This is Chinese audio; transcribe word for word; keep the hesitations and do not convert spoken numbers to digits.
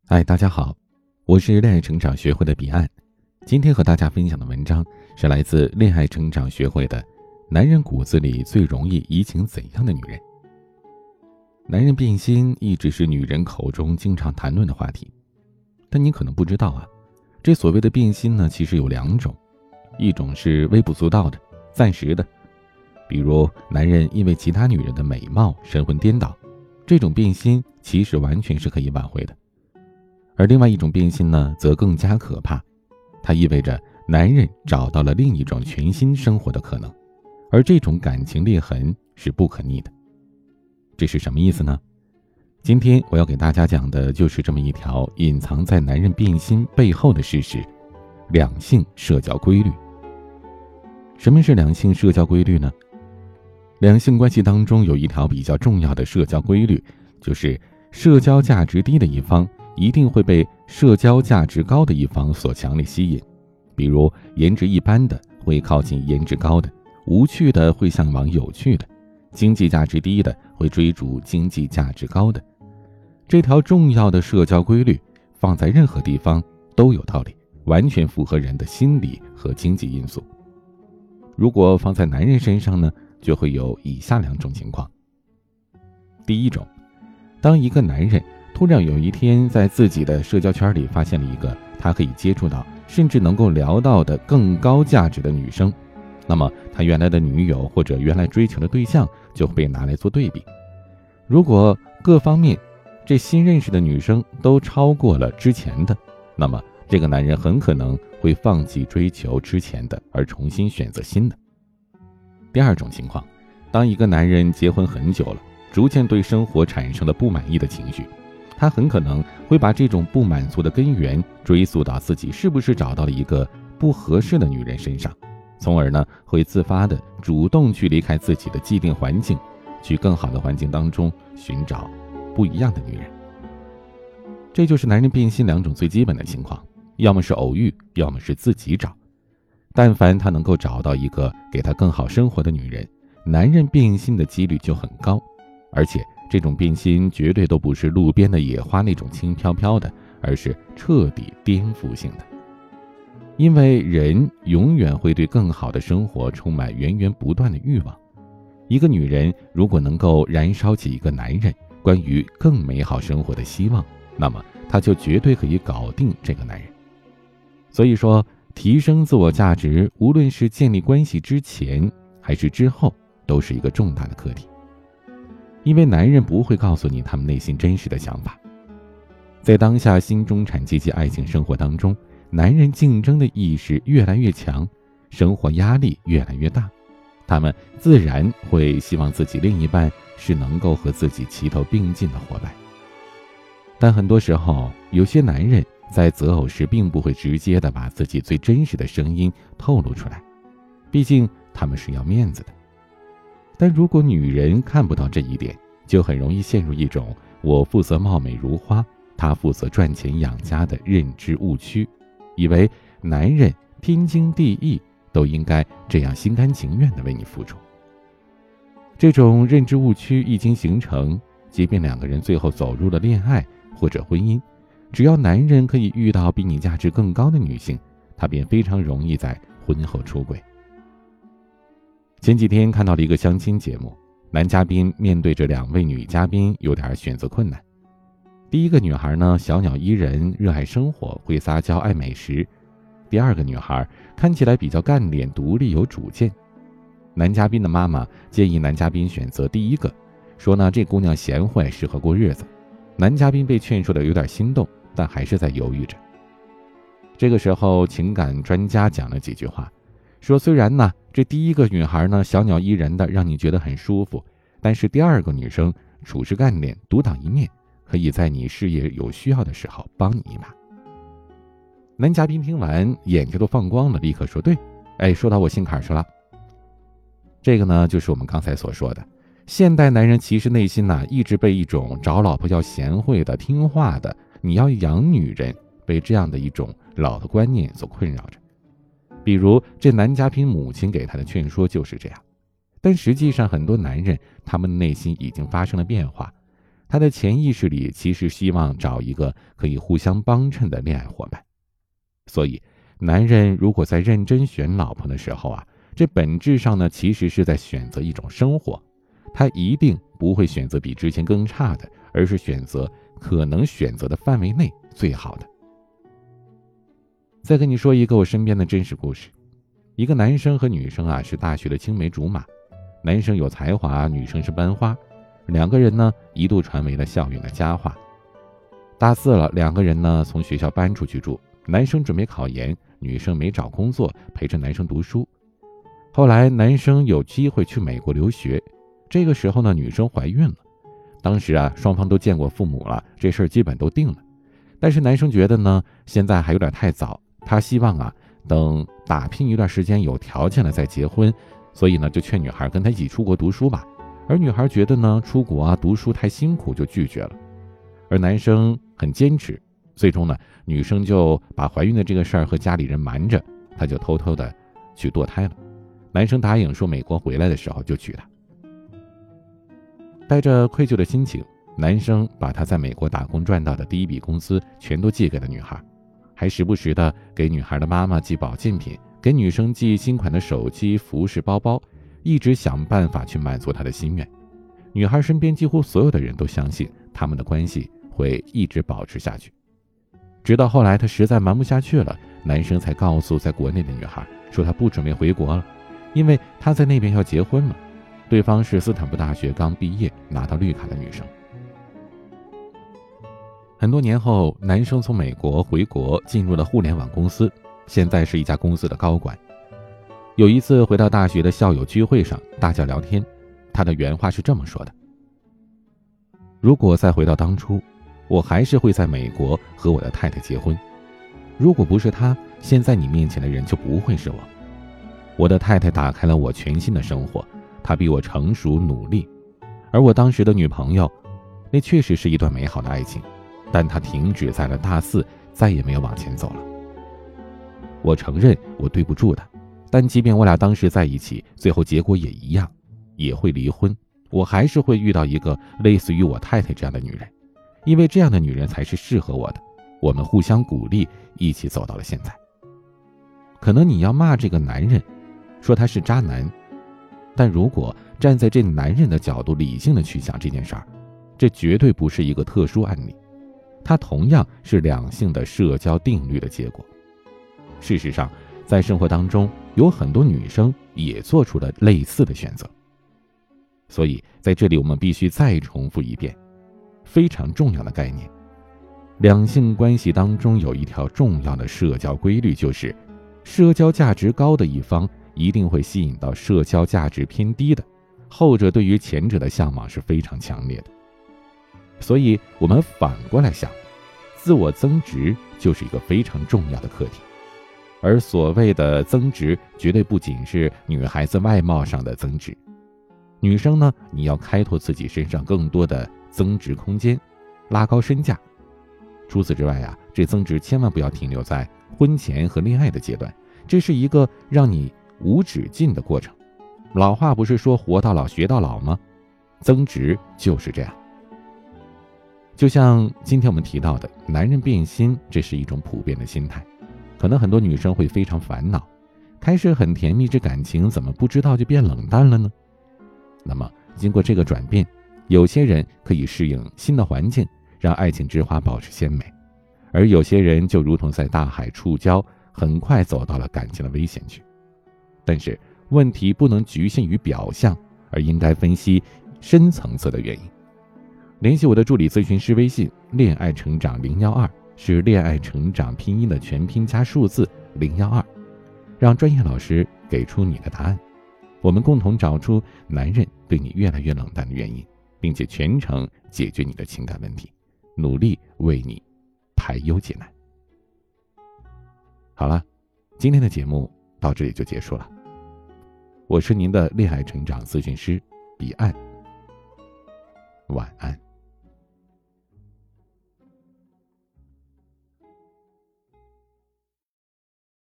嗨，大家好，我是恋爱成长学会的彼岸。今天和大家分享的文章是来自恋爱成长学会的男人骨子里最容易移情怎样的女人。男人变心一直是女人口中经常谈论的话题，但你可能不知道啊，这所谓的变心呢，其实有两种，一种是微不足道的、暂时的，比如男人因为其他女人的美貌神魂颠倒，这种变心其实完全是可以挽回的。而另外一种变心呢，则更加可怕，它意味着男人找到了另一种全新生活的可能，而这种感情裂痕是不可逆的。这是什么意思呢？今天我要给大家讲的就是这么一条隐藏在男人变心背后的事实——两性社交规律。什么是两性社交规律呢？两性关系当中有一条比较重要的社交规律，就是社交价值低的一方一定会被社交价值高的一方所强烈吸引，比如颜值一般的会靠近颜值高的，无趣的会向往有趣的，经济价值低的会追逐经济价值高的。这条重要的社交规律放在任何地方都有道理，完全符合人的心理和经济因素。如果放在男人身上呢，就会有以下两种情况。第一种，当一个男人突然有一天在自己的社交圈里发现了一个他可以接触到甚至能够聊到的更高价值的女生，那么他原来的女友或者原来追求的对象就会被拿来做对比。如果各方面这新认识的女生都超过了之前的，那么这个男人很可能会放弃追求之前的，而重新选择新的。第二种情况，当一个男人结婚很久了，逐渐对生活产生了不满意的情绪，他很可能会把这种不满足的根源追溯到自己是不是找到了一个不合适的女人身上，从而呢会自发的主动去离开自己的既定环境，去更好的环境当中寻找不一样的女人。这就是男人变心两种最基本的情况，要么是偶遇，要么是自己找。但凡他能够找到一个给他更好生活的女人，男人变心的几率就很高，而且这种变心绝对都不是路边的野花那种轻飘飘的，而是彻底颠覆性的。因为人永远会对更好的生活充满源源不断的欲望，一个女人如果能够燃烧起一个男人关于更美好生活的希望，那么她就绝对可以搞定这个男人。所以说，提升自我价值，无论是建立关系之前还是之后，都是一个重大的课题。因为男人不会告诉你他们内心真实的想法。在当下新中产阶级爱情生活当中，男人竞争的意识越来越强，生活压力越来越大，他们自然会希望自己另一半是能够和自己齐头并进的伙伴。但很多时候，有些男人在择偶时并不会直接的把自己最真实的声音透露出来，毕竟他们是要面子的。但如果女人看不到这一点，就很容易陷入一种我负责貌美如花，他负责赚钱养家的认知误区，以为男人天经地义都应该这样心甘情愿地为你付出。这种认知误区一经形成，即便两个人最后走入了恋爱或者婚姻，只要男人可以遇到比你价值更高的女性，他便非常容易在婚后出轨。前几天看到了一个相亲节目，男嘉宾面对着两位女嘉宾有点选择困难。第一个女孩呢，小鸟依人，热爱生活，会撒娇，爱美食。第二个女孩看起来比较干练，独立，有主见。男嘉宾的妈妈建议男嘉宾选择第一个，说呢这姑娘贤惠，适合过日子。男嘉宾被劝说的有点心动，但还是在犹豫着。这个时候情感专家讲了几句话，说虽然呢这第一个女孩呢小鸟依人的，让你觉得很舒服，但是第二个女生处事干练，独当一面，可以在你事业有需要的时候帮你一把。男嘉宾听完眼睛都放光了，立刻说对，哎，说到我心坎上了。这个呢就是我们刚才所说的，现代男人其实内心呢一直被一种找老婆要贤惠的，听话的，你要养女人，被这样的一种老的观念所困扰着。比如这男嘉宾母亲给他的劝说就是这样，但实际上很多男人他们内心已经发生了变化， 他的潜意识里其实希望找一个可以互相帮衬的恋爱伙伴。所以男人如果在认真选老婆的时候啊，这本质上呢其实是在选择一种生活，他一定不会选择比之前更差的，而是选择可能选择的范围内最好的。再跟你说一个我身边的真实故事，一个男生和女生啊是大学的青梅竹马，男生有才华，女生是班花，两个人呢一度传为了校园的佳话。大四了，两个人呢从学校搬出去住，男生准备考研，女生没找工作，陪着男生读书。后来男生有机会去美国留学，这个时候呢女生怀孕了。当时啊双方都见过父母了，这事儿基本都定了。但是男生觉得呢现在还有点太早，他希望啊等打拼一段时间有条件了再结婚，所以呢就劝女孩跟他一起出国读书吧。而女孩觉得呢出国啊读书太辛苦，就拒绝了。而男生很坚持，最终呢女生就把怀孕的这个事儿和家里人瞒着，他就偷偷的去堕胎了。男生答应说美国回来的时候就娶她。带着愧疚的心情，男生把他在美国打工赚到的第一笔工资全都寄给了女孩，还时不时的给女孩的妈妈寄保健品，给女生寄新款的手机、服饰、包包，一直想办法去满足她的心愿。女孩身边几乎所有的人都相信他们的关系会一直保持下去。直到后来他实在瞒不下去了，男生才告诉在国内的女孩说他不准备回国了，因为他在那边要结婚了。对方是斯坦福大学刚毕业拿到绿卡的女生。很多年后，男生从美国回国，进入了互联网公司，现在是一家公司的高管。有一次回到大学的校友聚会上，大家聊天，他的原话是这么说的：如果再回到当初，我还是会在美国和我的太太结婚。如果不是她，现在你面前的人就不会是我。我的太太打开了我全新的生活，她比我成熟努力，而我当时的女朋友，那确实是一段美好的爱情，但她停止在了大四，再也没有往前走了。我承认我对不住她，但即便我俩当时在一起，最后结果也一样，也会离婚，我还是会遇到一个类似于我太太这样的女人，因为这样的女人才是适合我的，我们互相鼓励，一起走到了现在。可能你要骂这个男人，说他是渣男，但如果站在这男人的角度理性的去想这件事儿，这绝对不是一个特殊案例，它同样是两性的社交定律的结果。事实上，在生活当中，有很多女生也做出了类似的选择。所以在这里我们必须再重复一遍非常重要的概念，两性关系当中有一条重要的社交规律，就是社交价值高的一方一定会吸引到社交价值偏低的，后者对于前者的向往是非常强烈的。所以我们反过来想，自我增值就是一个非常重要的课题。而所谓的增值，绝对不仅是女孩子外貌上的增值，女生呢，你要开拓自己身上更多的增值空间，拉高身价。除此之外啊，这增值千万不要停留在婚前和恋爱的阶段，这是一个让你无止境的过程。老话不是说活到老学到老吗？增值就是这样。就像今天我们提到的，男人变心，这是一种普遍的心态。可能很多女生会非常烦恼，开始很甜蜜，这感情怎么不知道就变冷淡了呢？那么经过这个转变，有些人可以适应新的环境，让爱情之花保持鲜美，而有些人就如同在大海触礁，很快走到了感情的危险区。但是问题不能局限于表象，而应该分析深层次的原因。联系我的助理咨询师微信恋爱成长零一二，是恋爱成长拼音的全拼加数字零一二，让专业老师给出你的答案，我们共同找出男人对你越来越冷淡的原因，并且全程解决你的情感问题，努力为你排忧解难。好了，今天的节目到这里就结束了。我是您的恋爱成长咨询师彼岸，晚安。